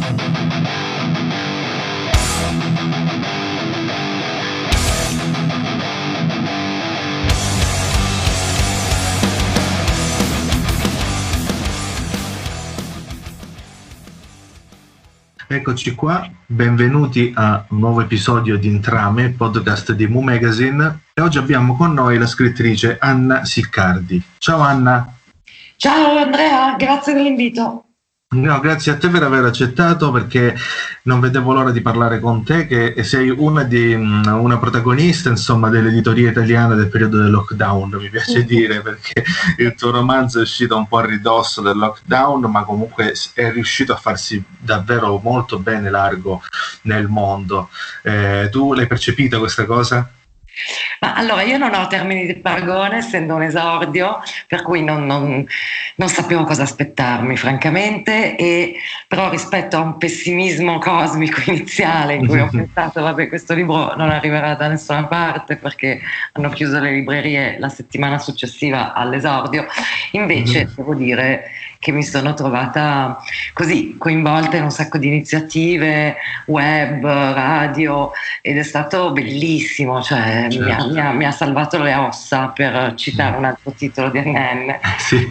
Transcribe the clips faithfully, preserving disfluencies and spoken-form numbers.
Eccoci qua, benvenuti a un nuovo episodio di Intrame, podcast di Mu Magazine, e oggi abbiamo con noi la scrittrice Anna Siccardi. Ciao Anna. Ciao Andrea, grazie dell'invito. No, grazie a te per aver accettato, perché non vedevo l'ora di parlare con te, che sei una, di, una protagonista, insomma, dell'editoria italiana del periodo del lockdown, mi piace dire, perché il tuo romanzo è uscito un po' a ridosso del lockdown, ma comunque è riuscito a farsi davvero molto bene largo nel mondo. Eh, tu l'hai percepita questa cosa? Ma allora, io non ho termini di paragone, essendo un esordio, per cui non, non, non sapevo cosa aspettarmi, francamente, e però rispetto a un pessimismo cosmico iniziale in cui ho pensato, vabbè, questo libro non arriverà da nessuna parte perché hanno chiuso le librerie la settimana successiva all'esordio, invece mm-hmm. devo dire che mi sono trovata così coinvolta in un sacco di iniziative web, radio, ed è stato bellissimo, cioè certo. mi, ha, mi, ha, mi ha salvato le ossa, per citare un altro titolo di N N. Sì.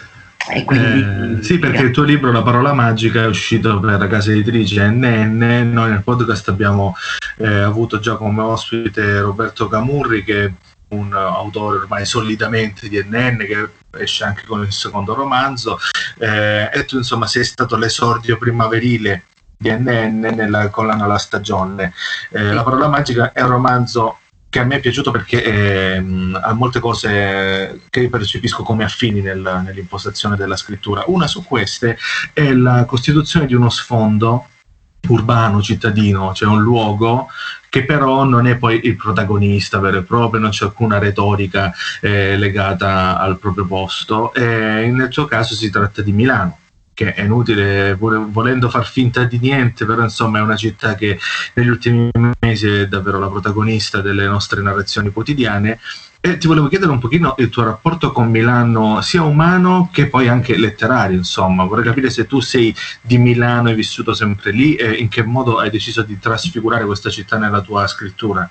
E quindi, eh, sì, perché il tuo libro La parola magica è uscito per la casa editrice N N. Noi nel podcast abbiamo eh, avuto già come ospite Roberto Camurri, che è un autore ormai solidamente di N N, che esce anche con il secondo romanzo, eh, e tu insomma sei stato l'esordio primaverile di N N nella collana La Stagione. Eh, La parola magica è un romanzo che a me è piaciuto perché eh, ha molte cose che io percepisco come affini nel, nell'impostazione della scrittura. Una su queste è la costituzione di uno sfondo urbano, cittadino, cioè un luogo che però non è poi il protagonista vero e proprio, non c'è alcuna retorica eh, legata al proprio posto, e nel tuo caso si tratta di Milano, che è inutile volendo far finta di niente, però insomma è una città che negli ultimi mesi è davvero la protagonista delle nostre narrazioni quotidiane. E ti volevo chiedere un pochino il tuo rapporto con Milano, sia umano che poi anche letterario, insomma. Vorrei capire se tu sei di Milano, hai vissuto sempre lì, e in che modo hai deciso di trasfigurare questa città nella tua scrittura.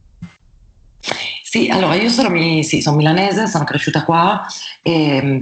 Sì, allora io sono, mi, sì, sono milanese, sono cresciuta qua e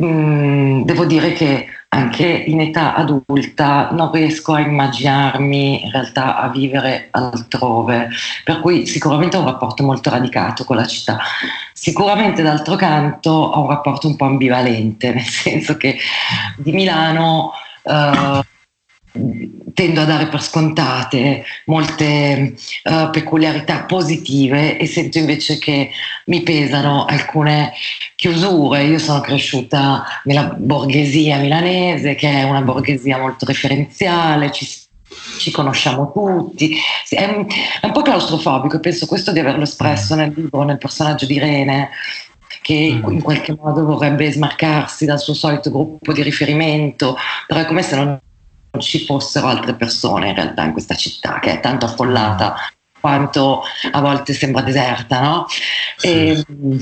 mh, devo dire che anche in età adulta non riesco a immaginarmi in realtà a vivere altrove, per cui sicuramente ho un rapporto molto radicato con la città. Sicuramente d'altro canto ho un rapporto un po' ambivalente, nel senso che di Milano eh, tendo a dare per scontate molte uh, peculiarità positive, e sento invece che mi pesano alcune chiusure. Io sono cresciuta nella borghesia milanese, che è una borghesia molto referenziale, ci, ci conosciamo tutti, è un, è un po' claustrofobico, e penso questo di averlo espresso nel libro, nel personaggio di Irene, che in qualche modo vorrebbe smarcarsi dal suo solito gruppo di riferimento, però è come se non ci fossero altre persone in realtà in questa città, che è tanto affollata quanto a volte sembra deserta, no? Sì. E,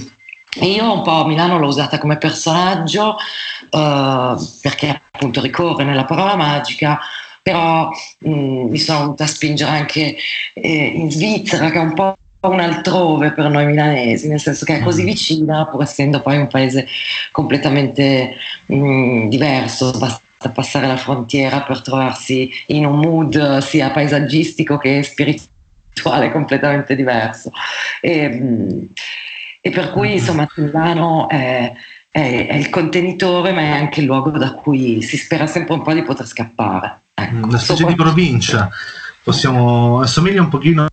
e io un po' Milano l'ho usata come personaggio uh, perché appunto ricorre nella parola magica, però mh, mi sono voluta spingere anche eh, in Svizzera, che è un po' un altrove per noi milanesi, nel senso che è così vicina, pur essendo poi un paese completamente mh, diverso. Basta passare la frontiera per trovarsi in un mood sia paesaggistico che spirituale completamente diverso, e, e per cui insomma Milano è, è, è il contenitore, ma è anche il luogo da cui si spera sempre un po' di poter scappare, ecco. Una specie di provincia, possiamo assomiglia un pochino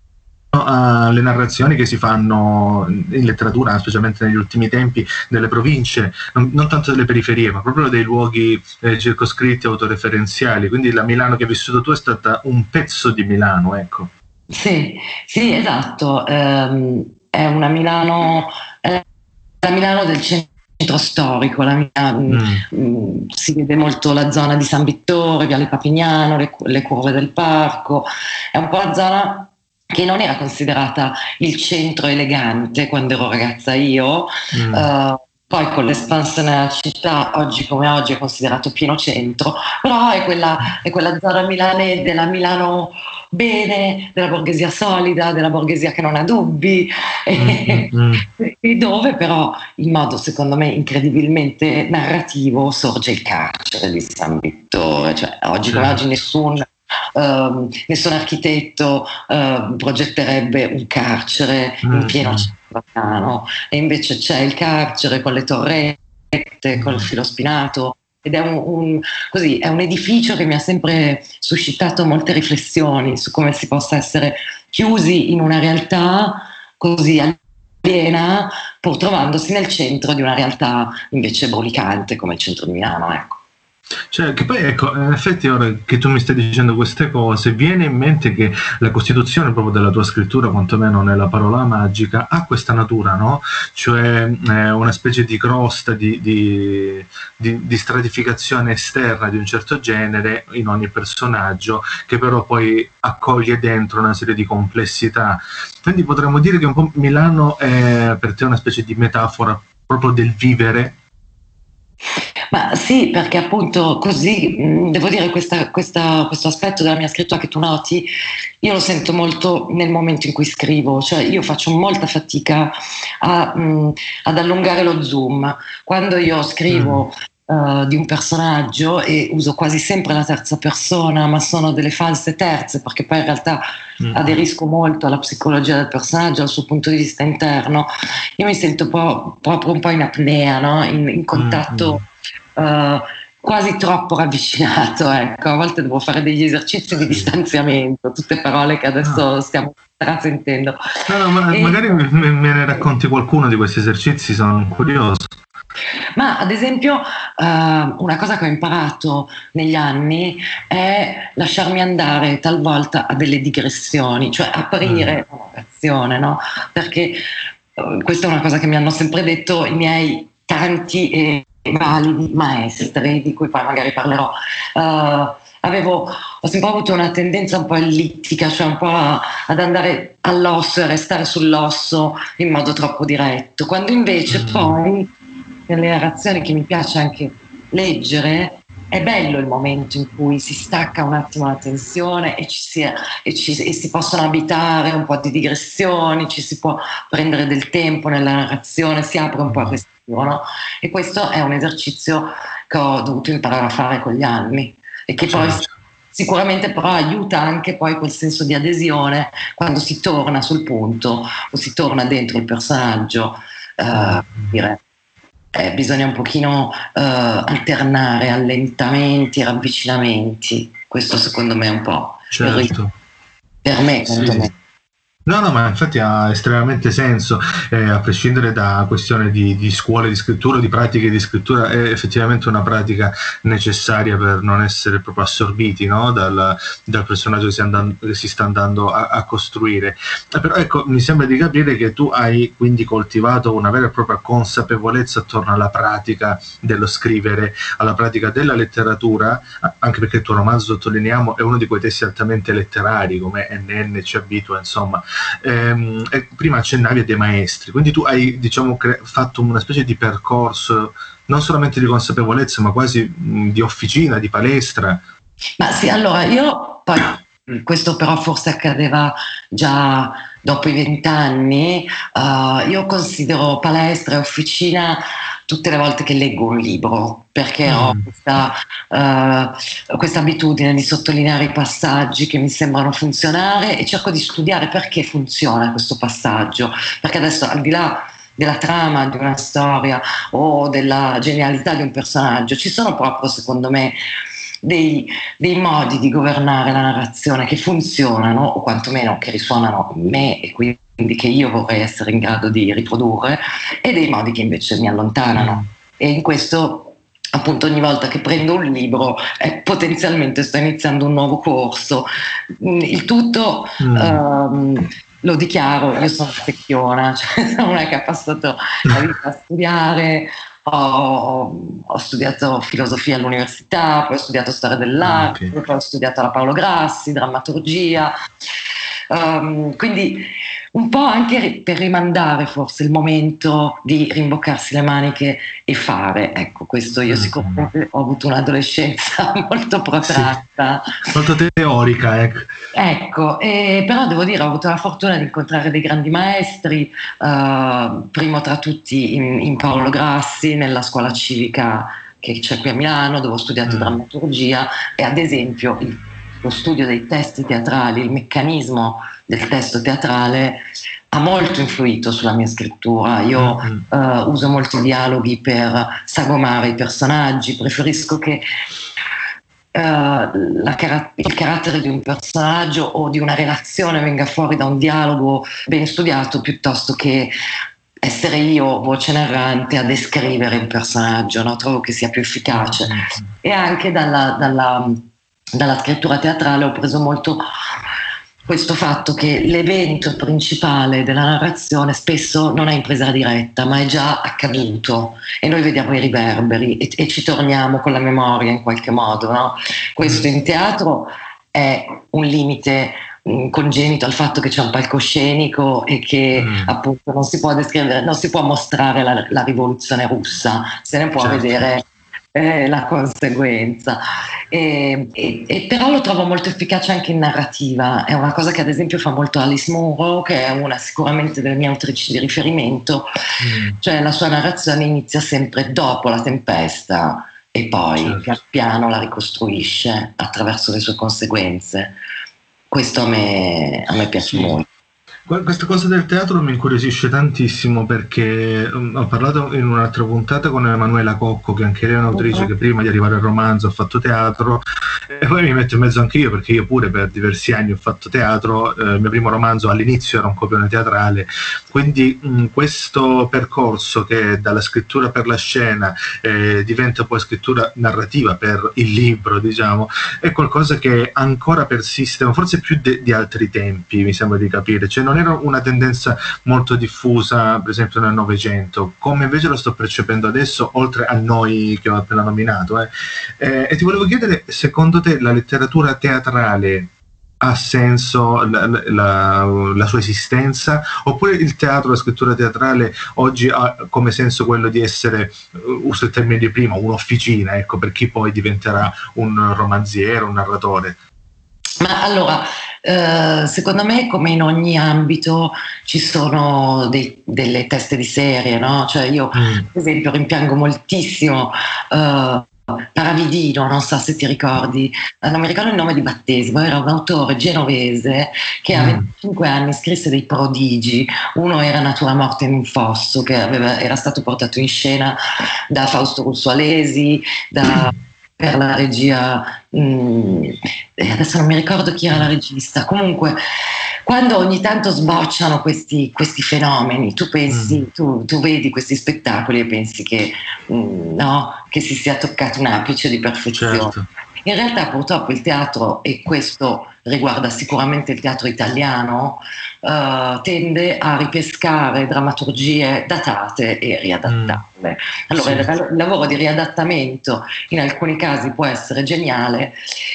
alle narrazioni che si fanno in letteratura, specialmente negli ultimi tempi, delle province, non, non tanto delle periferie, ma proprio dei luoghi eh, circoscritti, autoreferenziali. Quindi la Milano che hai vissuto tu è stata un pezzo di Milano, ecco. Sì, sì, esatto. Um, è una Milano, è la Milano del centro storico, la Milano, mm. mh, si vede molto la zona di San Vittore, Viale Papignano, le, le curve del parco. È un po' la zona che non era considerata il centro elegante quando ero ragazza io, mm. uh, poi con l'espansione della città, oggi come oggi è considerato pieno centro, però è quella, è quella zona milane, della Milano bene, della borghesia solida, della borghesia che non ha dubbi, e, Mm, mm, e dove però in modo secondo me incredibilmente narrativo sorge il carcere di San Vittore, cioè oggi come certo. oggi nessun Uh, nessun architetto uh, progetterebbe un carcere in Mm, pieno mm, centro urbano, e invece c'è il carcere con le torrette, col mm. filo spinato, ed è un, un, così, è un edificio che mi ha sempre suscitato molte riflessioni su come si possa essere chiusi in una realtà così aliena, pur trovandosi nel centro di una realtà invece brulicante come il centro di Milano, ecco. Cioè, che poi ecco, in effetti ora che tu mi stai dicendo queste cose, viene in mente che la costituzione proprio della tua scrittura, quantomeno nella parola magica, ha questa natura, no? Cioè eh, una specie di crosta, di, di, di, di stratificazione esterna di un certo genere in ogni personaggio, che però poi accoglie dentro una serie di complessità. Quindi potremmo dire che un po' Milano è per te una specie di metafora proprio del vivere. Ma sì, perché appunto così, mh, devo dire, questa, questa, questo aspetto della mia scrittura che tu noti, io lo sento molto nel momento in cui scrivo, cioè io faccio molta fatica a, mh, ad allungare lo zoom. Quando io scrivo Mm. uh, di un personaggio, e uso quasi sempre la terza persona, ma sono delle false terze, perché poi in realtà Mm. aderisco molto alla psicologia del personaggio, al suo punto di vista interno, io mi sento un po', proprio un po' in apnea, no? in, in contatto Mm. Uh, quasi troppo ravvicinato, ecco. A volte devo fare degli esercizi di distanziamento, tutte parole che adesso Ah. stiamo trasentendo. No, no, ma E, magari me, me ne racconti qualcuno di questi esercizi, sono curioso. ma ad esempio uh, una cosa che ho imparato negli anni è lasciarmi andare talvolta a delle digressioni, cioè aprire Mm. una narrazione, no? Perché uh, questa è una cosa che mi hanno sempre detto i miei tanti e validi maestri, di cui poi magari parlerò. Uh, avevo, ho sempre avuto una tendenza un po' ellittica, cioè un po' a, ad andare all'osso e restare sull'osso in modo troppo diretto, quando invece Mm. poi nelle narrazioni che mi piace anche leggere è bello il momento in cui si stacca un attimo la tensione e, ci si, e, ci, e si possono abitare un po' di digressioni, ci si può prendere del tempo nella narrazione, si apre un po' a questo, no? E questo è un esercizio che ho dovuto imparare a fare con gli anni e che poi Certo. sicuramente però aiuta anche poi quel senso di adesione quando si torna sul punto o si torna dentro il personaggio. Eh, dire, eh, bisogna un pochino eh, alternare allentamenti e ravvicinamenti. Questo secondo me è un po' il ritmo, Certo. per me Sì. quantomeno. No, no, ma infatti ha estremamente senso, eh, a prescindere da questione di, di scuole di scrittura, di pratiche di scrittura, è effettivamente una pratica necessaria per non essere proprio assorbiti, no? dal, dal personaggio che si, andando, che si sta andando a, a costruire. Eh, però ecco, mi sembra di capire che tu hai quindi coltivato una vera e propria consapevolezza attorno alla pratica dello scrivere, alla pratica della letteratura, anche perché il tuo romanzo, sottolineiamo, è uno di quei testi altamente letterari, come N N ci abitua, insomma. Ehm, prima accennavi a dei maestri, quindi tu hai, diciamo, cre- fatto una specie di percorso non solamente di consapevolezza, ma quasi mh, di officina, di palestra. Ma sì, allora io poi, questo però forse accadeva già dopo i vent'anni, uh, io considero palestra e officina tutte le volte che leggo un libro, perché Mm. ho questa, uh, questa abitudine di sottolineare i passaggi che mi sembrano funzionare e cerco di studiare perché funziona questo passaggio, perché adesso al di là della trama di una storia o della genialità di un personaggio, ci sono proprio, secondo me, dei, dei modi di governare la narrazione che funzionano, o quantomeno che risuonano in me e quindi che io vorrei essere in grado di riprodurre, e dei modi che invece mi allontanano. Mm. E in questo, appunto, ogni volta che prendo un libro eh, potenzialmente sto iniziando un nuovo corso. Il tutto Mm. um, lo dichiaro, io sono secchiona, cioè sono una che ha passato la vita a studiare. Ho, ho studiato filosofia all'università, poi ho studiato storia dell'arte, Okay. poi ho studiato alla Paolo Grassi, drammaturgia. Um, quindi un po' anche per rimandare forse il momento di rimboccarsi le maniche e fare. Ecco, questo io sicuramente ho avuto un'adolescenza molto protratta. Sì, molto teorica, ecco. Ecco, eh, però devo dire ho avuto la fortuna di incontrare dei grandi maestri, eh, primo tra tutti in, in Paolo Grassi, nella scuola civica che c'è qui a Milano, dove ho studiato mm. drammaturgia, e ad esempio il, lo studio dei testi teatrali, il meccanismo del testo teatrale ha molto influito sulla mia scrittura. Io mm-hmm. uh, uso molti dialoghi per sagomare i personaggi, preferisco che uh, la car- il carattere di un personaggio o di una relazione venga fuori da un dialogo ben studiato piuttosto che essere io, voce narrante, a descrivere un personaggio, no? Trovo che sia più efficace. Mm-hmm. E anche dalla, dalla, dalla scrittura teatrale ho preso molto questo fatto che l'evento principale della narrazione spesso non è in presa diretta, ma è già accaduto e noi vediamo i riverberi e, e ci torniamo con la memoria in qualche modo, no? Questo in teatro è un limite mh, congenito al fatto che c'è un palcoscenico e che mm. appunto non si può descrivere, non si può mostrare la, la rivoluzione russa, se ne può certo. vedere eh, la conseguenza. E, e, e però lo trovo molto efficace anche in narrativa. È una cosa che ad esempio fa molto Alice Munro, che è una sicuramente delle mie autrici di riferimento, mm. cioè la sua narrazione inizia sempre dopo la tempesta e poi certo. pian piano la ricostruisce attraverso le sue conseguenze. Questo a me, a me piace sì. molto. Questa cosa del teatro mi incuriosisce tantissimo, perché ho parlato in un'altra puntata con Emanuela Cocco, che anche lei è un'autrice uh-huh. che prima di arrivare al romanzo ha fatto teatro, e poi mi metto in mezzo anche io, perché io pure per diversi anni ho fatto teatro. Eh, il mio primo romanzo all'inizio era un copione teatrale, quindi mh, questo percorso che dalla scrittura per la scena eh, diventa poi scrittura narrativa per il libro, diciamo, è qualcosa che ancora persiste, ma forse più de- di altri tempi, mi sembra di capire. Cioè non era una tendenza molto diffusa per esempio nel Novecento, come invece lo sto percependo adesso, oltre a noi che ho appena nominato eh. Eh, e ti volevo chiedere, secondo te la letteratura teatrale ha senso, la, la, la sua esistenza, oppure il teatro, la scrittura teatrale oggi ha come senso quello di essere, uso il termine di prima, un'officina, ecco, per chi poi diventerà un romanziere, un narratore? Ma allora, eh, secondo me, come in ogni ambito, ci sono dei, delle teste di serie, no? Cioè io, mm. per esempio, rimpiango moltissimo eh, Paravidino, non so se ti ricordi, eh, non mi ricordo il nome di battesimo, era un autore genovese che mm. a venticinque anni scrisse dei prodigi. Uno era Natura morta in un fosso, che aveva, era stato portato in scena da Fausto Russo Alesi, da... per la regia, mh, adesso non mi ricordo chi era la regista. Comunque, quando ogni tanto sbocciano questi, questi fenomeni, tu pensi, mm. tu, tu vedi questi spettacoli e pensi che, mh, no, che si sia toccato un apice di perfezione. Certo. In realtà purtroppo il teatro, e questo riguarda sicuramente il teatro italiano, uh, tende a ripescare drammaturgie datate e riadattarle. Mm. Allora sì. il, il lavoro di riadattamento in alcuni casi può essere geniale,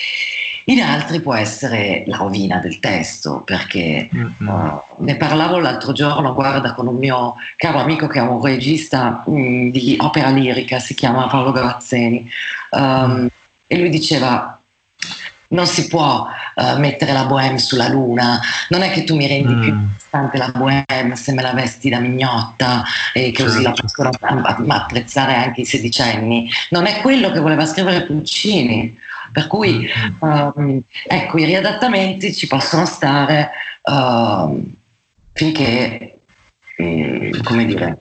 in altri può essere la rovina del testo, perché mm-hmm. uh, ne parlavo l'altro giorno, guarda, con un mio caro amico che è un regista mh, di opera lirica, si chiama Paolo Gavazzeni. Um, mm. E lui diceva: non si può uh, mettere la bohème sulla luna, non è che tu mi rendi mm. più interessante la bohème se me la vesti da mignotta e che così certo. la possono apprezzare anche i sedicenni. Non è quello che voleva scrivere Puccini, per cui mm. um, ecco, i riadattamenti ci possono stare uh, finché um, come dire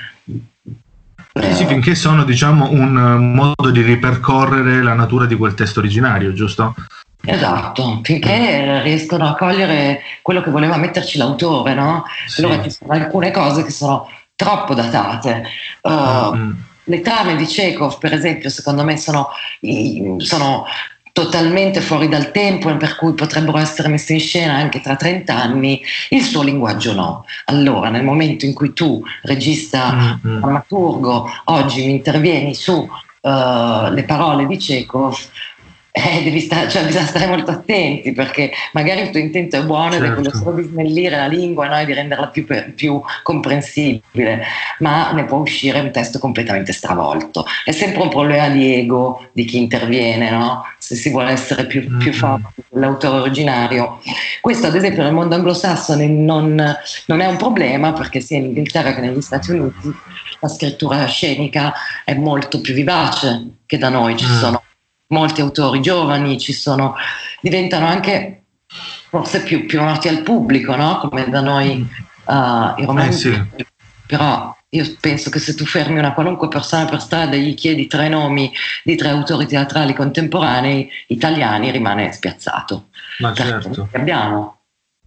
Sì, sì, finché sono, diciamo, un modo di ripercorrere la natura di quel testo originario, giusto? Esatto, finché riescono a cogliere quello che voleva metterci l'autore, no? Sì. Allora ci sono alcune cose che sono troppo datate. Uh, mm. Le trame di Chekhov, per esempio, secondo me sono, sono totalmente fuori dal tempo, per cui potrebbero essere messe in scena anche tra trent'anni, il suo linguaggio no. Allora, nel momento in cui tu, regista, mm-hmm. drammaturgo, oggi mi intervieni su uh, le parole di Chekhov, eh, devi stare, cioè bisogna stare molto attenti, perché magari il tuo intento è buono, certo, ed è quello solo di snellire la lingua, no? E di renderla più, più comprensibile, ma ne può uscire un testo completamente stravolto. È sempre un problema di ego di chi interviene, no? Se si vuole essere più, più forti dell'autore originario. Questo ad esempio nel mondo anglosassone non, non è un problema, perché sia in Inghilterra che negli Stati Uniti la scrittura scenica è molto più vivace che da noi. Ci sono molti autori giovani, ci sono, diventano anche forse più, più noti al pubblico, no? Come da noi uh, i romanzi. Eh sì. Però io penso che se tu fermi una qualunque persona per strada e gli chiedi tre nomi di tre autori teatrali contemporanei italiani, rimane spiazzato. Ma certo. Che abbiamo.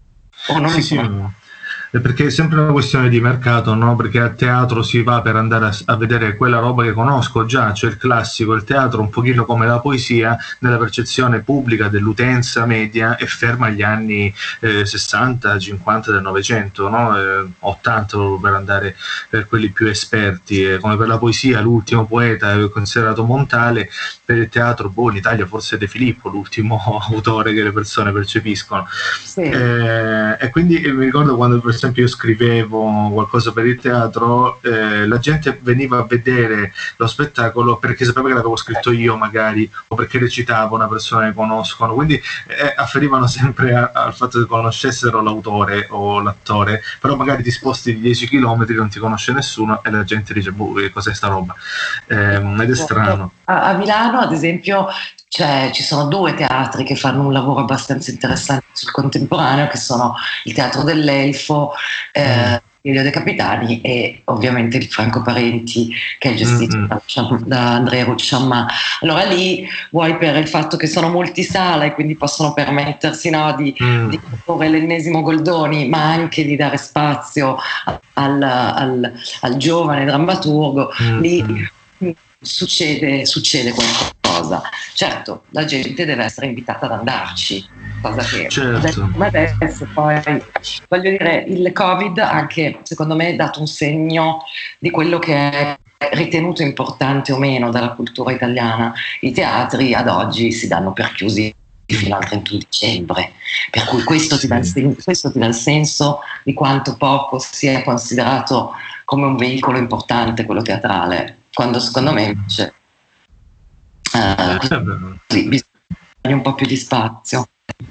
O non sì, sì. Perché è sempre una questione di mercato, no? Perché a teatro si va per andare a, a vedere quella roba che conosco già, cioè il classico. Il teatro, un pochino come la poesia, nella percezione pubblica dell'utenza media, è ferma agli anni eh, sessanta cinquanta del Novecento, no? eh, ottanta per andare per quelli più esperti. Eh, come per la poesia l'ultimo poeta è considerato Montale, per il teatro boh, in Italia forse De Filippo, l'ultimo autore che le persone percepiscono. Sì. Eh, e quindi mi ricordo quando per esempio io scrivevo qualcosa per il teatro, eh, la gente veniva a vedere lo spettacolo perché sapeva che l'avevo scritto io magari, o perché recitavo una persona che conoscono, quindi eh, afferivano sempre a, al fatto che conoscessero l'autore o l'attore, però magari ti sposti di dieci chilometri, non ti conosce nessuno e la gente dice boh, che cos'è sta roba, eh, ed è strano. A, a Milano ad esempio Cioè, ci sono due teatri che fanno un lavoro abbastanza interessante sul contemporaneo, che sono il Teatro dell'Elfo, eh, Elio De Capitani, e ovviamente il Franco Parenti, che è gestito mm-hmm. da, da Andrea Rucciamma. Allora lì, vuoi per il fatto che sono multisala e quindi possono permettersi, no, di, mm. di proporre l'ennesimo Goldoni, ma anche di dare spazio al, al, al giovane drammaturgo, mm-hmm. lì succede, succede qualcosa. Certo, la gente deve essere invitata ad andarci, cosa che certo. adesso poi, voglio dire, il Covid anche secondo me ha dato un segno di quello che è ritenuto importante o meno dalla cultura italiana. I teatri ad oggi si danno per chiusi fino al trentuno dicembre, per cui questo, sì. ti dà il, questo ti dà il senso di quanto poco sia considerato come un veicolo importante quello teatrale, quando secondo me invece Uh, così, bisogna un po' più di spazio.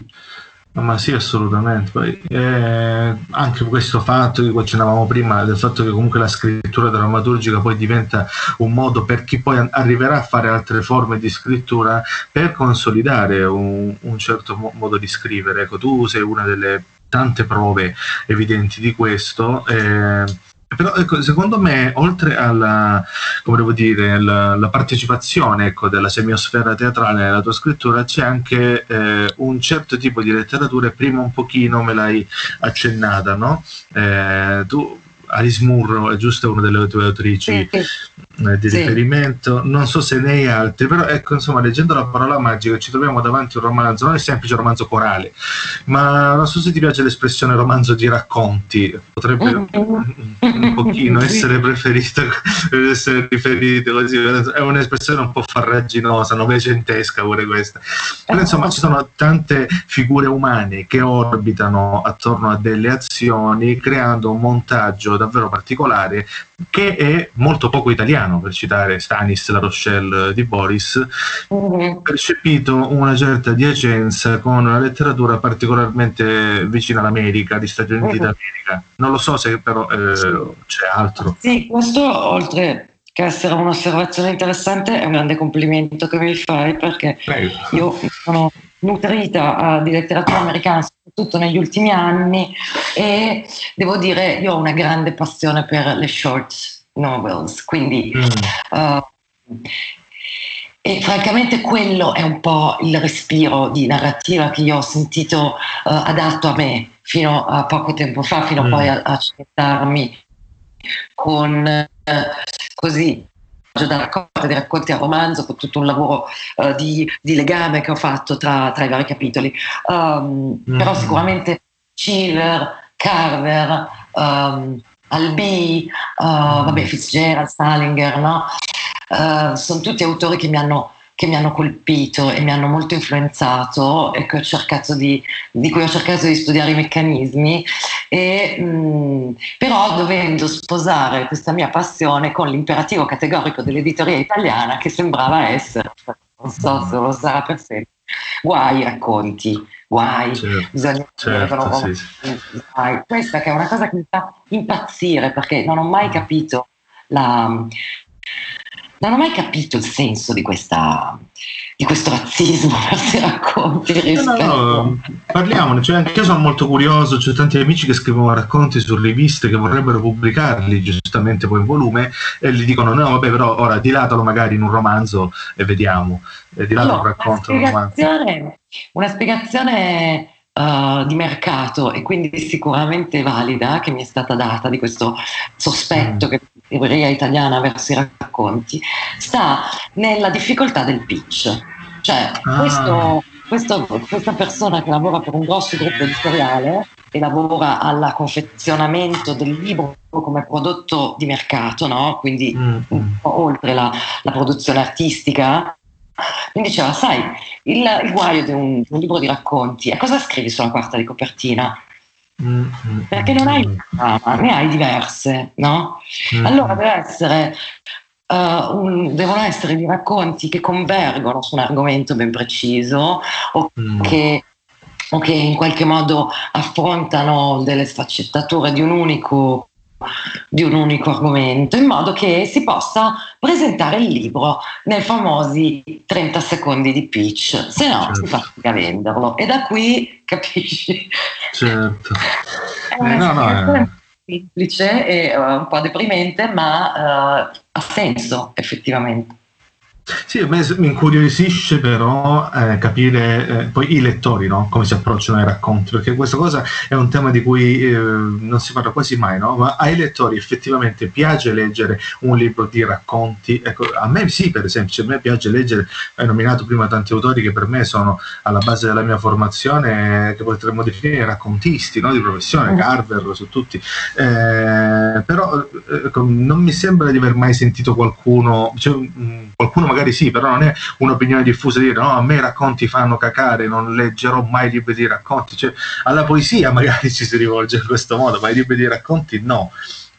Ma sì, assolutamente. Poi, eh, anche questo fatto che accennavamo prima, del fatto che comunque la scrittura drammaturgica poi diventa un modo per chi poi arriverà a fare altre forme di scrittura per consolidare un, un certo mo- modo di scrivere. Ecco, tu sei una delle tante prove evidenti di questo. Eh, Però ecco, secondo me, oltre alla, come devo dire, la, la partecipazione, ecco, della semiosfera teatrale nella tua scrittura, c'è anche eh, un certo tipo di letteratura, e prima un pochino me l'hai accennata, no? Eh, tu, Alice Munro, è giusto, è una delle tue autrici sì. eh, di sì. riferimento, non so se ne hai altri, però ecco, insomma, leggendo La parola magica ci troviamo davanti a un romanzo, non è semplice romanzo corale, ma non so se ti piace l'espressione romanzo di racconti, potrebbe un pochino essere preferito, essere riferito così, è un'espressione un po' farraginosa, novecentesca pure questa, però insomma ci sono tante figure umane che orbitano attorno a delle azioni, creando un montaggio davvero particolare che è molto poco italiano, per citare Stanis La Rochelle di Boris, mm-hmm. percepito una certa adiacenza con una letteratura particolarmente vicina all'America, di Stati Uniti mm-hmm. d'America. Non lo so se però eh, sì. c'è altro. Sì, questo oltre che essere un'osservazione interessante è un grande complimento che mi fai, perché Prego. io sono nutrita uh, di letteratura americana soprattutto negli ultimi anni, e devo dire io ho una grande passione per le short novels, quindi mm. uh, e francamente quello è un po' il respiro di narrativa che io ho sentito uh, adatto a me fino a poco tempo fa, fino mm. poi a, a cimentarmi con uh, così da raccolta di racconti a romanzo, con tutto un lavoro uh, di, di legame che ho fatto tra, tra i vari capitoli. Um, mm. Però sicuramente Cheever, Carver, um, Albee, uh, vabbè, Fitzgerald, Salinger, no? Uh, sono tutti autori che mi hanno che mi hanno colpito e mi hanno molto influenzato e che ho cercato di, di cui ho cercato di studiare i meccanismi, e, mh, però dovendo sposare questa mia passione con l'imperativo categorico dell'editoria italiana, che sembrava essere, non so se lo sarà per sempre, guai racconti, guai, certo, bisogna certo, sì, sì. guai. Questa che è una cosa che mi fa impazzire, perché non ho mai capito la... Non ho mai capito il senso di, questa, di questo razzismo verso i racconti rispetto... No, no, no, parliamone, cioè anche io sono molto curioso, c'ho tanti amici che scrivono racconti su riviste che vorrebbero pubblicarli giustamente poi in volume e gli dicono no vabbè però ora dilatalo magari in un romanzo e vediamo, e dilatalo allora, un racconto una in un romanzo. spiegazione, una spiegazione uh, di mercato e quindi sicuramente valida che mi è stata data di questo sospetto mm. che la libreria italiana verso i racconti sta nella difficoltà del pitch, cioè ah. questo, questo, questa persona che lavora per un grosso gruppo editoriale e lavora alla confezionamento del libro come prodotto di mercato, no? Quindi mm. un po' oltre la, la produzione artistica, mi diceva sai il, il guaio di un, di un libro di racconti è cosa scrivi sulla quarta di copertina? Mm-hmm. Perché non hai una trama, ne hai diverse, no? Mm-hmm. Allora deve essere, uh, un, devono essere dei racconti che convergono su un argomento ben preciso o, mm. che, o che in qualche modo affrontano delle sfaccettature di un unico di un unico argomento, in modo che si possa presentare il libro nei famosi trenta secondi di pitch, se no certo. si fatica a venderlo, e da qui capisci? Certo. È una eh, no, no, eh. semplice e uh, un po' deprimente, ma uh, ha senso effettivamente. Sì, a me mi incuriosisce però eh, capire eh, poi i lettori, no? Come si approcciano ai racconti, perché questa cosa è un tema di cui eh, non si parla quasi mai, no? Ma ai lettori effettivamente piace leggere un libro di racconti? Ecco, a me sì, per esempio, a me piace leggere, hai nominato prima tanti autori che per me sono alla base della mia formazione, che potremmo definire raccontisti, no? Di professione, mm. Carver su tutti, eh, però eh, non mi sembra di aver mai sentito qualcuno, cioè, mh, qualcuno magari magari sì, però non è un'opinione diffusa dire no, a me i racconti fanno cacare, non leggerò mai libri di racconti, cioè alla poesia magari ci si rivolge in questo modo, ma ai libri di racconti no.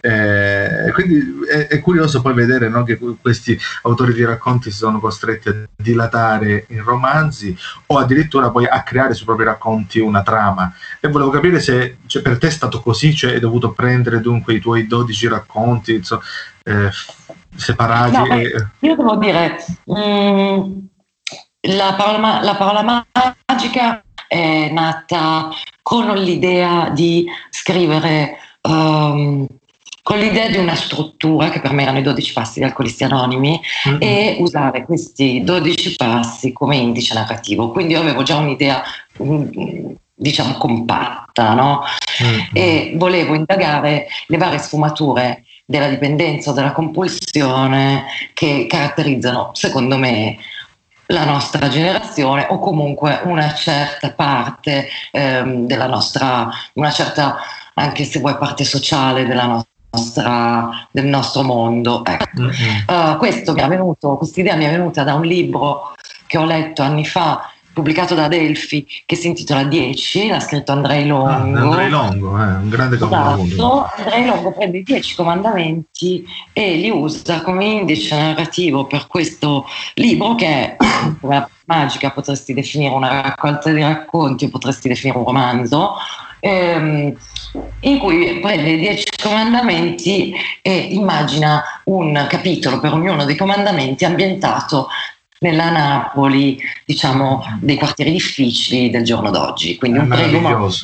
Eh, quindi è, è curioso poi vedere, no, che questi autori di racconti si sono costretti a dilatare in romanzi o addirittura poi a creare sui propri racconti una trama, e volevo capire se cioè, per te è stato così, cioè hai dovuto prendere dunque i tuoi dodici racconti insomma, eh, separati. No, e... io devo dire mh, la, parola, la parola magica è nata con l'idea di scrivere um, con l'idea di una struttura che per me erano i dodici passi di Alcolisti Anonimi, mm-hmm. e usare questi dodici passi come indice narrativo, quindi io avevo già un'idea mh, diciamo compatta, no? Mm-hmm. E volevo indagare le varie sfumature della dipendenza o della compulsione che caratterizzano, secondo me, la nostra generazione o comunque una certa parte ehm, della nostra, una certa, anche se vuoi, parte sociale della nostra, del nostro mondo. Ecco. Mm-hmm. Uh, questo mi è venuto, quest'idea mi è venuta da un libro che ho letto anni fa, pubblicato da Adelphi, che si intitola dieci, l'ha scritto Andrei Longo. Ah, Andrei Longo, eh, un grande capolavoro. Esatto. Andrei Longo prende i dieci comandamenti e li usa come indice narrativo per questo libro che è, come la magica potresti definire una raccolta di racconti o potresti definire un romanzo, ehm, in cui prende i dieci comandamenti e immagina un capitolo per ognuno dei comandamenti ambientato nella Napoli, diciamo, dei quartieri difficili del giorno d'oggi. Quindi un prego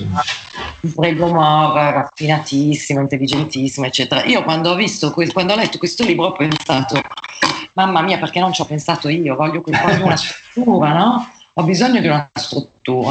un prego Mora, raffinatissimo, intelligentissimo, eccetera. Io quando ho visto, quando ho letto questo libro ho pensato, mamma mia, perché non ci ho pensato io? Voglio, voglio una struttura, no? Ho bisogno di una struttura.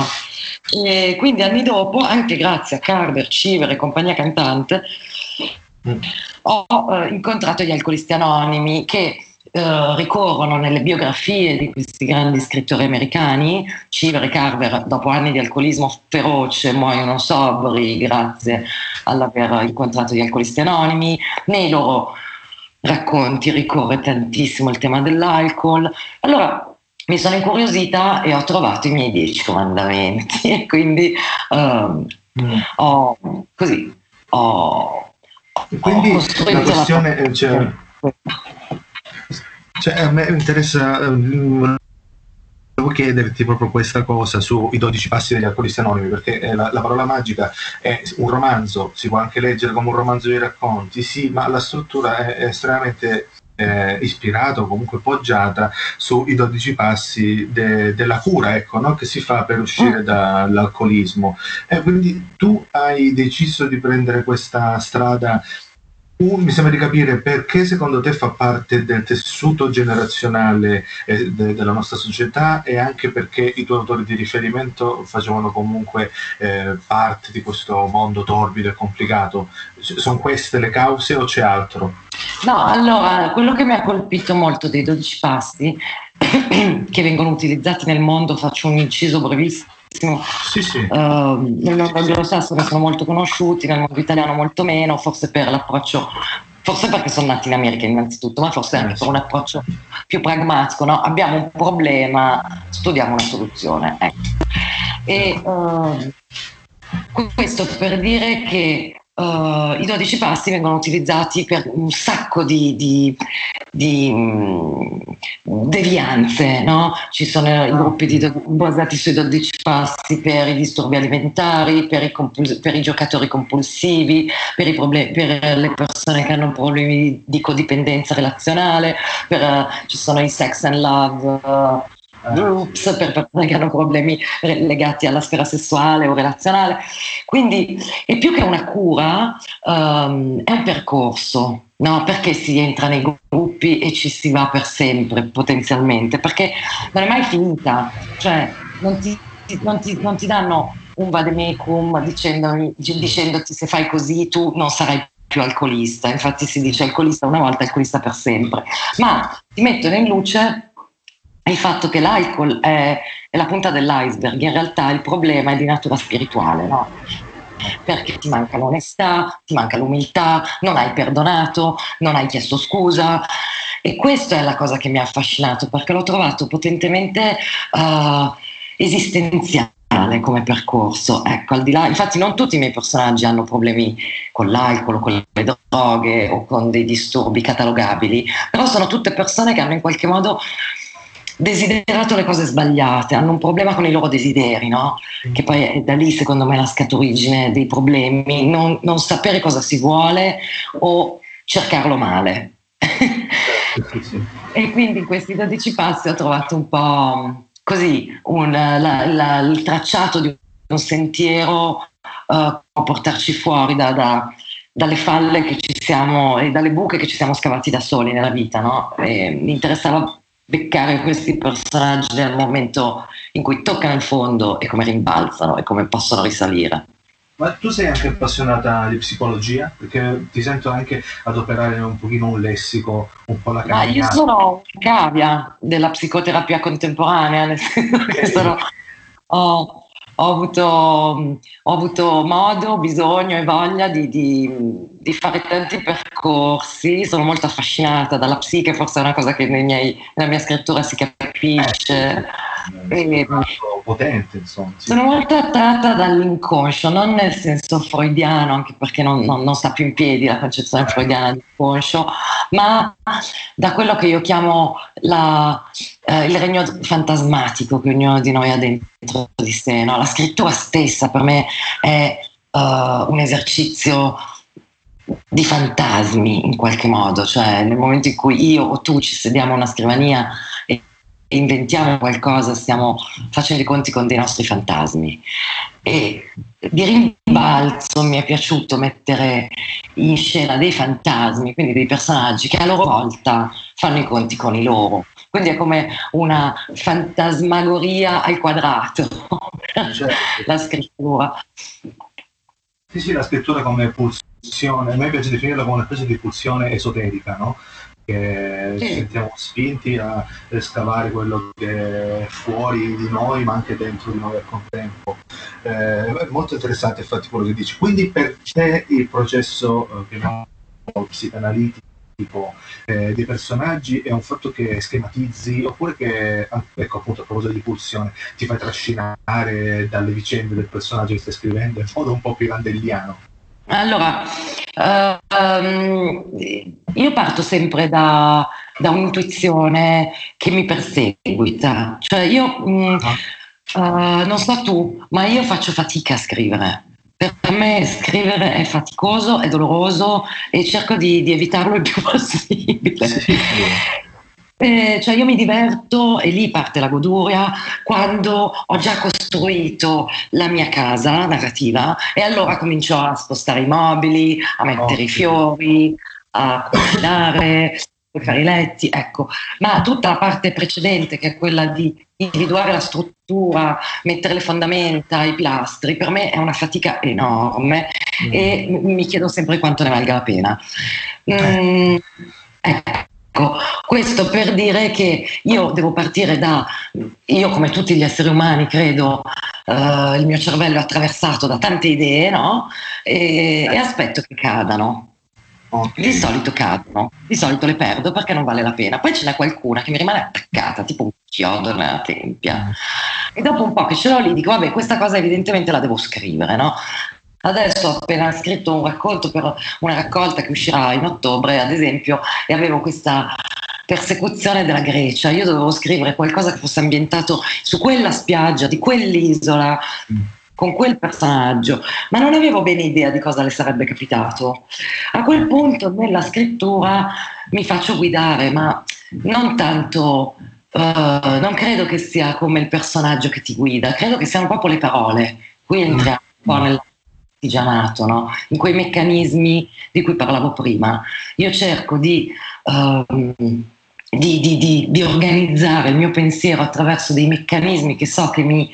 E quindi anni dopo, anche grazie a Carver, Civer e compagnia cantante, mm. ho eh, incontrato gli Alcolisti Anonimi che Uh, ricorrono nelle biografie di questi grandi scrittori americani. Civer e Carver, dopo anni di alcolismo feroce, muoiono sobri grazie all'aver incontrato gli Alcolisti Anonimi. Nei loro racconti ricorre tantissimo il tema dell'alcol. Allora mi sono incuriosita e ho trovato i miei dieci comandamenti e quindi um, mm. ho, così, ho, quindi ho costruito la questione la... cioè, cioè, a me interessa, volevo chiederti proprio questa cosa sui dodici passi degli alcolisti anonimi, perché la, la parola magica è un romanzo, si può anche leggere come un romanzo di racconti, sì, ma la struttura è, è estremamente eh, ispirata o comunque poggiata sui dodici passi de, della cura, ecco, no? Che si fa per uscire dall'alcolismo. E quindi tu hai deciso di prendere questa strada. Uh, mi sembra di capire perché secondo te fa parte del tessuto generazionale eh, de- della nostra società, e anche perché i tuoi autori di riferimento facevano comunque eh, parte di questo mondo torbido e complicato. C- sono queste le cause o c'è altro? No, allora, quello che mi ha colpito molto dei dodici passi che vengono utilizzati nel mondo, faccio un inciso brevissimo. Sì, sì. Uh, nel mondo anglosassone sono molto conosciuti, nel mondo italiano molto meno, forse per l'approccio, forse perché sono nati in America innanzitutto, ma forse anche per un approccio più pragmatico, no? Abbiamo un problema, studiamo una soluzione. Ecco. E uh, questo per dire che Uh, i dodici passi vengono utilizzati per un sacco di, di, di um, devianze, no? Ci sono i gruppi di, basati sui dodici passi per i disturbi alimentari, per i, compuls- per i giocatori compulsivi, per, i problem- per le persone che hanno problemi di codipendenza relazionale, per, uh, ci sono i sex and love uh, groups per persone che hanno problemi legati alla sfera sessuale o relazionale. Quindi è più che una cura, um, è un percorso, no? Perché si entra nei gruppi e ci si va per sempre potenzialmente, perché non è mai finita, cioè non ti, non ti, non ti danno un vademecum dicendo, dicendoti se fai così tu non sarai più alcolista. Infatti si dice alcolista una volta, alcolista per sempre, ma ti mettono in luce il fatto che l'alcol è, è la punta dell'iceberg. In realtà il problema è di natura spirituale, no? Perché ti manca l'onestà, ti manca l'umiltà, non hai perdonato, non hai chiesto scusa, e questa è la cosa che mi ha affascinato, perché l'ho trovato potentemente uh, esistenziale come percorso. Ecco, al di là, infatti non tutti i miei personaggi hanno problemi con l'alcol o con le droghe o con dei disturbi catalogabili, però sono tutte persone che hanno in qualche modo desiderato le cose sbagliate, hanno un problema con i loro desideri, no? Che poi è da lì secondo me la scaturigine dei problemi, non, non sapere cosa si vuole o cercarlo male. Sì, sì. E quindi in questi dodici passi ho trovato un po' così un, la, la, il tracciato di un sentiero uh, per portarci fuori da, da, dalle falle che ci siamo e dalle buche che ci siamo scavati da soli nella vita, no? E mi interessava beccare questi personaggi nel momento in cui toccano il fondo e come rimbalzano e come possono risalire. Ma tu sei anche appassionata di psicologia? Perché ti sento anche adoperare un pochino un lessico, un po' la camminata. Ma io sono cavia della psicoterapia contemporanea, nel senso che sono, ho, ho, avuto, ho avuto modo, bisogno e voglia di, di, di fare tanti percorsi. Sono molto affascinata dalla psiche, forse è una cosa che nei miei, nella mia scrittura si capisce. È potente, insomma. Sì. Sono molto attratta dall'inconscio, non nel senso freudiano, anche perché non, non, non sta più in piedi la concezione freudiana di inconscio, ma da quello che io chiamo la, eh, il regno fantasmatico che ognuno di noi ha dentro di sé, no? La scrittura stessa per me è uh, un esercizio di fantasmi in qualche modo, cioè nel momento in cui io o tu ci sediamo a una scrivania e inventiamo qualcosa, stiamo facendo i conti con dei nostri fantasmi. E di rimbalzo mi è piaciuto mettere in scena dei fantasmi, quindi dei personaggi che a loro volta fanno i conti con i loro. Quindi è come una fantasmagoria al quadrato, certo. La scrittura. Sì, sì, la scrittura come pulsione, a me piace definirla come una specie di pulsione esoterica, no? Che sì. Ci sentiamo spinti a scavare quello che è fuori di noi ma anche dentro di noi al contempo. Eh, è molto interessante infatti quello che dici. Quindi per te il processo eh, psicanalitico tipo eh, dei personaggi è un fatto che schematizzi, oppure che, ecco appunto a proposito di pulsione, ti fai trascinare dalle vicende del personaggio che stai scrivendo in modo un po' più randelliano? Allora, uh, um, io parto sempre da, da un'intuizione che mi perseguita, cioè io, mh, uh, non so tu, ma io faccio fatica a scrivere. Per me scrivere è faticoso, è doloroso e cerco di, di evitarlo il più possibile. Sì. Eh, cioè io mi diverto, e lì parte la goduria, quando ho già costruito la mia casa narrativa e allora comincio a spostare i mobili, a mettere Oh, i fiori, a cucinare, a fare i letti, ecco. Ma tutta la parte precedente, che è quella di individuare la struttura, mettere le fondamenta, i pilastri, per me è una fatica enorme mm. e mi chiedo sempre quanto ne valga la pena. Mm, ecco, questo per dire che io devo partire da, io come tutti gli esseri umani credo, uh, il mio cervello è attraversato da tante idee, no? E, e aspetto che cadano. Okay. Di solito cadono, di solito le perdo perché non vale la pena. Poi ce n'è qualcuna che mi rimane attaccata, tipo un chiodo nella tempia. E dopo un po' che ce l'ho lì dico, vabbè, questa cosa evidentemente la devo scrivere, no? Adesso ho appena scritto un racconto per una raccolta che uscirà in ottobre, ad esempio, e avevo questa persecuzione della Grecia. Io dovevo scrivere qualcosa che fosse ambientato su quella spiaggia, di quell'isola, mm. con quel personaggio, ma non avevo bene idea di cosa le sarebbe capitato. A quel punto nella scrittura mi faccio guidare, ma non tanto, uh, non credo che sia come il personaggio che ti guida, credo che siano proprio le parole. Qui entriamo un po' nell'artigianato, no? In quei meccanismi di cui parlavo prima. Io cerco di... Uh, Di, di, di, di organizzare il mio pensiero attraverso dei meccanismi che so che mi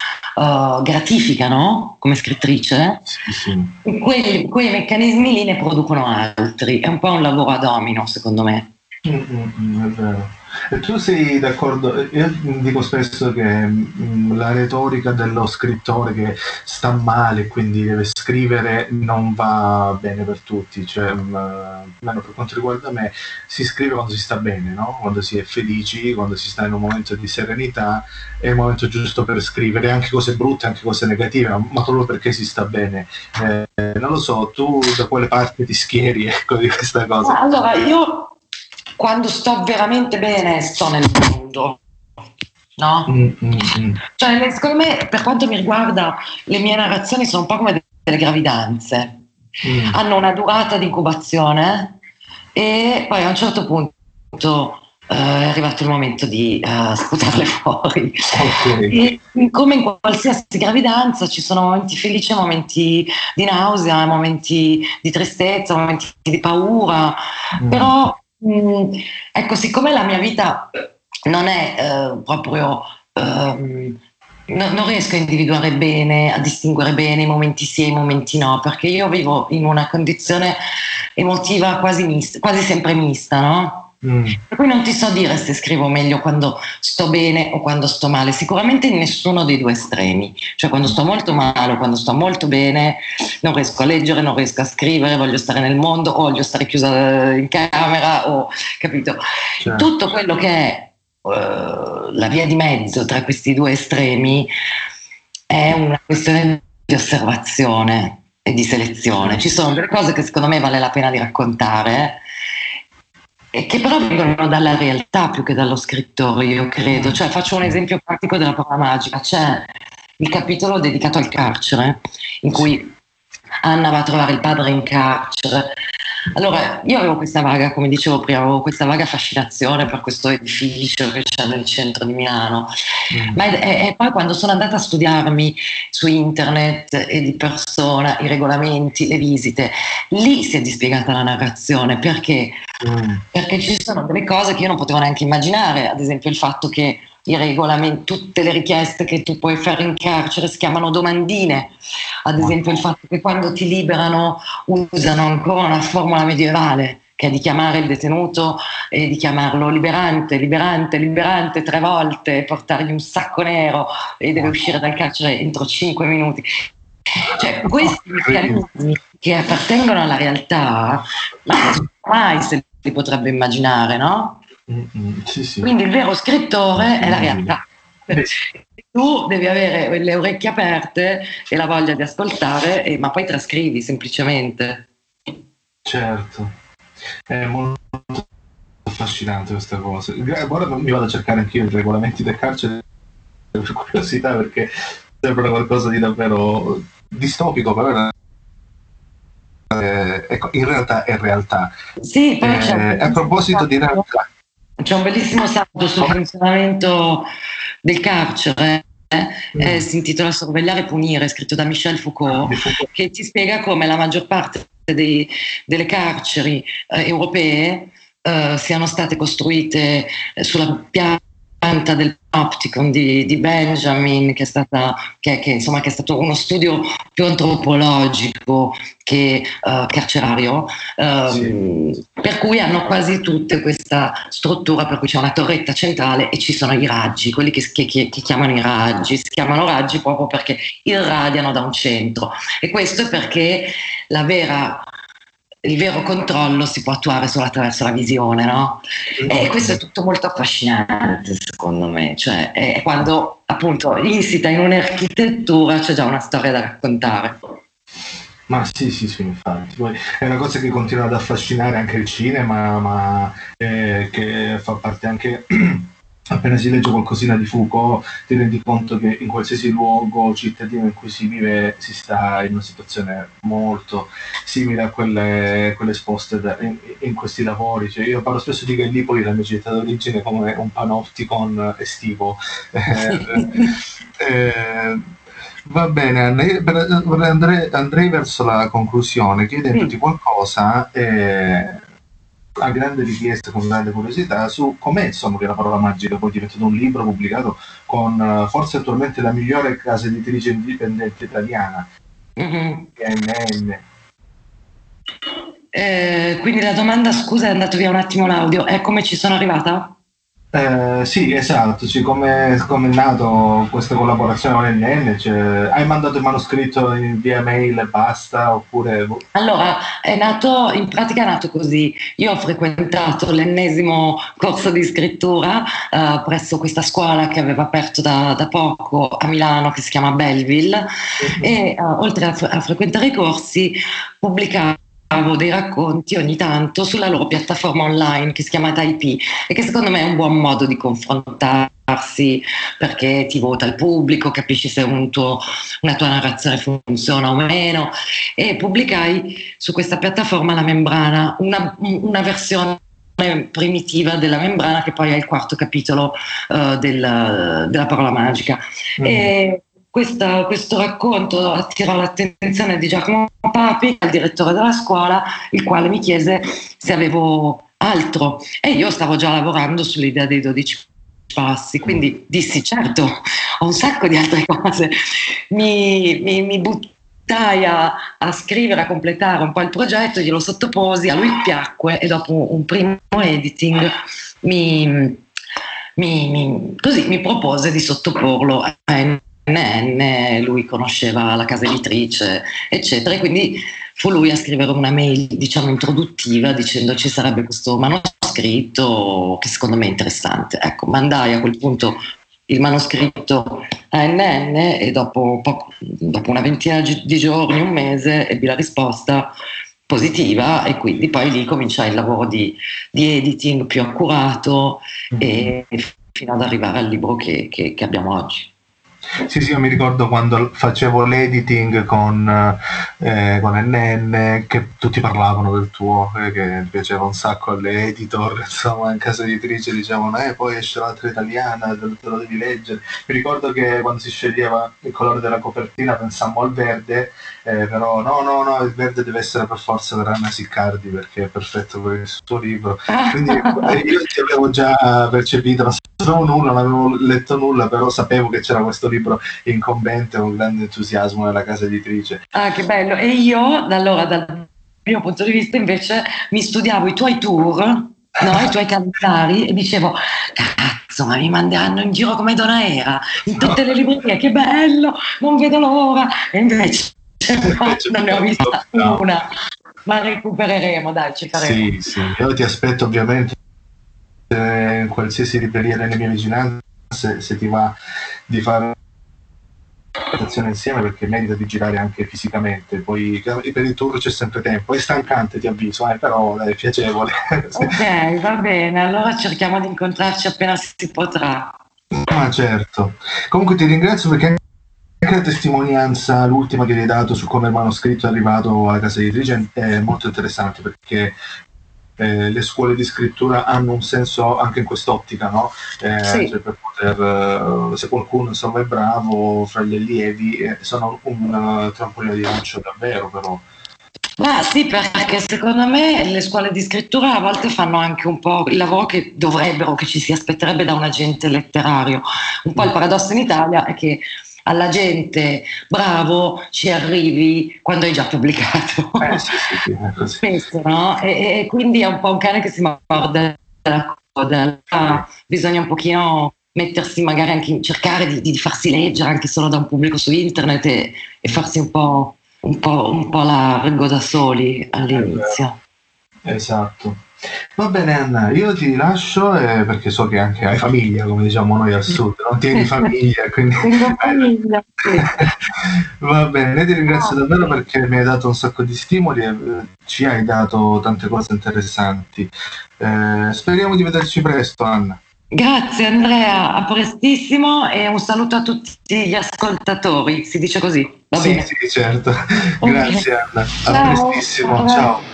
uh, gratificano come scrittrice. Sì, sì. Quei, quei meccanismi lì ne producono altri, è un po' un lavoro a domino secondo me. Mm-hmm, è vero. E tu sei d'accordo? Io dico spesso che mh, la retorica dello scrittore che sta male, quindi deve scrivere, non va bene per tutti. Cioè, mh, per quanto riguarda me, si scrive quando si sta bene, no? Quando si è felici, quando si sta in un momento di serenità, è il momento giusto per scrivere anche cose brutte, anche cose negative, ma proprio perché si sta bene. Eh, non lo so, tu da quale parte ti schieri, ecco, di questa cosa? Allora, io quando sto veramente bene sto nel mondo, no? Mm-hmm. Cioè, secondo me, per quanto mi riguarda, le mie narrazioni sono un po' come delle gravidanze. Mm. Hanno una durata di incubazione e poi a un certo punto uh, è arrivato il momento di uh, sputarle fuori. Okay. E come in qualsiasi gravidanza ci sono momenti felici, momenti di nausea, momenti di tristezza, momenti di paura, mm. però Mm, ecco, siccome la mia vita non è eh, proprio ehm, no, non riesco a individuare bene, a distinguere bene i momenti sì e i momenti no, perché io vivo in una condizione emotiva quasi mista, quasi sempre mista, no? Mm. Per cui non ti so dire se scrivo meglio quando sto bene o quando sto male, sicuramente in nessuno dei due estremi, cioè quando sto molto male o quando sto molto bene non riesco a leggere, non riesco a scrivere, voglio stare nel mondo o voglio stare chiusa in camera o, capito? Certo. Tutto quello che è uh, la via di mezzo tra questi due estremi è una questione di osservazione e di selezione. Ci sono delle cose che secondo me vale la pena di raccontare e che però vengono dalla realtà più che dallo scrittore, io credo. Cioè, faccio un esempio pratico della parola magica. C'è il capitolo dedicato al carcere, in cui Anna va a trovare il padre in carcere. Allora, io avevo questa vaga, come dicevo prima, avevo questa vaga fascinazione per questo edificio che c'è nel centro di Milano. Mm. Ma è, è, è poi quando sono andata a studiarmi su internet e di persona i regolamenti, le visite, lì si è dispiegata la narrazione, perché Mm. perché ci sono delle cose che io non potevo neanche immaginare, ad esempio il fatto che i regolamenti, tutte le richieste che tu puoi fare in carcere si chiamano domandine, ad esempio il fatto che quando ti liberano usano ancora una formula medievale, che è di chiamare il detenuto e di chiamarlo liberante, liberante, liberante tre volte, portargli un sacco nero e deve uscire dal carcere entro cinque minuti. Cioè, questi meccanismi che appartengono alla realtà, ma mai se potrebbe immaginare, no? Mm-hmm. Sì, sì. Quindi il vero scrittore mm-hmm. è la realtà. Eh. Tu devi avere le orecchie aperte e la voglia di ascoltare, e, ma poi trascrivi semplicemente. Certo, è molto affascinante questa cosa. Ora mi vado a cercare anche io i regolamenti del carcere per curiosità, perché sembra qualcosa di davvero distopico, però eh, ecco, in realtà è realtà. Sì, poi eh, c'è a proposito di realtà, c'è un bellissimo saggio sul funzionamento del carcere, eh? Eh, si intitola Sorvegliare e punire, scritto da Michel Foucault, che ti spiega come la maggior parte dei, delle carceri eh, europee eh, siano state costruite eh, sulla pianta del Panopticon di, di Benjamin, che è, stata, che, che, insomma, che è stato uno studio più antropologico che uh, carcerario, um, sì. Per cui hanno quasi tutte questa struttura per cui c'è una torretta centrale e ci sono i raggi, quelli che, che, che chiamano i raggi, si chiamano raggi proprio perché irradiano da un centro, e questo è perché la vera il vero controllo si può attuare solo attraverso la visione, no? E questo è tutto molto affascinante, secondo me, cioè è quando appunto insita in un'architettura c'è già una storia da raccontare. Ma sì, sì, sì, infatti. Poi è una cosa che continua ad affascinare anche il cinema, ma eh, che fa parte anche... Appena si legge qualcosina di Foucault ti rendi conto che in qualsiasi luogo cittadino in cui si vive si sta in una situazione molto simile a quelle, quelle esposte da, in, in questi lavori. Cioè, io parlo spesso di Gallipoli, la mia città d'origine, come un panopticon estivo. eh, eh, va bene, andrei, andrei verso la conclusione chiedendoti qualcosa eh, a grande richiesta, con grande curiosità, su com'è insomma che La parola magica poi è diventato un libro pubblicato con uh, forse attualmente la migliore casa editrice indipendente italiana, mm-hmm. N N. Eh, quindi la domanda, scusa, è andato via un attimo l'audio, è come ci sono arrivata? Eh, sì, esatto, sì, come è nato questa collaborazione con N N? Cioè, hai mandato il manoscritto in via mail e basta, oppure... Allora, è nato, in pratica è nato così. Io ho frequentato l'ennesimo corso di scrittura uh, presso questa scuola che aveva aperto da, da poco a Milano, che si chiama Belleville, uh-huh. e uh, oltre a, a frequentare i corsi pubblicavo dei racconti ogni tanto sulla loro piattaforma online che si chiama Typee, e che secondo me è un buon modo di confrontarsi, perché ti vota il pubblico, capisci se un tuo, una tua narrazione funziona o meno, e pubblicai su questa piattaforma la membrana, una, una versione primitiva della membrana, che poi è il quarto capitolo uh, del, della parola magica. Mm. E Questa, questo racconto attirò l'attenzione di Giacomo Papi, il direttore della scuola, il quale mi chiese se avevo altro, e io stavo già lavorando sull'idea dei dodici passi, quindi dissi certo, ho un sacco di altre cose. Mi, mi, mi buttai a, a scrivere, a completare un po' il progetto, glielo sottoposi, a lui piacque, e dopo un primo editing mi, mi, mi, così mi propose di sottoporlo a N N, lui conosceva la casa editrice, eccetera, e quindi fu lui a scrivere una mail, diciamo, introduttiva, dicendo ci sarebbe questo manoscritto che secondo me è interessante. Ecco, mandai a quel punto il manoscritto a N N e dopo, poco, dopo una ventina di giorni, un mese, ebbi la risposta positiva, e quindi poi lì cominciai il lavoro di, di editing più accurato, mm-hmm. e fino ad arrivare al libro che, che, che abbiamo oggi. Sì, sì, io mi ricordo quando facevo l'editing con, eh, con N N, che tutti parlavano del tuo, eh, che piaceva un sacco alle editor, insomma, in casa editrice dicevano eh, poi esce l'altra italiana, te, te lo devi leggere. Mi ricordo che quando si sceglieva il colore della copertina pensammo al verde, eh, però no, no, no, il verde deve essere per forza per Anna Siccardi, perché è perfetto per il suo libro. Quindi io ti avevo già percepito, non sapevo nulla, non avevo letto nulla, però sapevo che c'era questo libro incombente con grande entusiasmo nella casa editrice. Ah, che bello! E io, allora, dal mio punto di vista, invece, mi studiavo i tuoi tour, no? I tuoi calendari, e dicevo, cazzo, ma mi manderanno in giro come Donna Era, in tutte le librerie, che bello, non vedo l'ora! E invece, invece non ne ho vista no. una. ma recupereremo, dai, ci faremo. Sì, sì, io ti aspetto ovviamente in qualsiasi libreria nelle mie vicinanze, se, se ti va di fare una insieme, perché merita di girare anche fisicamente. Poi per il tour c'è sempre tempo, è stancante, ti avviso, eh, però è piacevole. Ok, va bene, allora cerchiamo di incontrarci appena si potrà. Ma certo, comunque ti ringrazio, perché anche la testimonianza, l'ultima che hai dato su come il manoscritto è arrivato alla casa editrice, è molto interessante, perché eh, le scuole di scrittura hanno un senso anche in quest'ottica, no? Eh, Sì. Cioè per poter, se qualcuno insomma è bravo fra gli allievi, eh, sono un uh, trampolino di lancio davvero, però. Ma sì, perché secondo me le scuole di scrittura a volte fanno anche un po' il lavoro che dovrebbero, che ci si aspetterebbe da un agente letterario. Un po' il paradosso in Italia è che all'agente bravo ci arrivi quando hai già pubblicato. Eh, sì, sì, sì, è così. Spesso, no? E, e quindi è un po' un cane che si morde la coda. Ah, bisogna un pochino mettersi magari anche in, cercare di, di farsi leggere anche solo da un pubblico su internet e, e farsi un po', un po', un po' largo da soli all'inizio. Esatto. Va bene Anna, io ti lascio, eh, perché so che anche hai famiglia, come diciamo noi al sud, non tieni famiglia, quindi... Tengo famiglia, sì. Va bene, ti ringrazio davvero, perché mi hai dato un sacco di stimoli e eh, ci hai dato tante cose interessanti. Eh, speriamo di vederci presto, Anna. Grazie Andrea, a prestissimo e un saluto a tutti gli ascoltatori, si dice così, va Sì, bene? sì, certo. Ok. Grazie Anna, a Ciao. prestissimo, Ciao. ciao.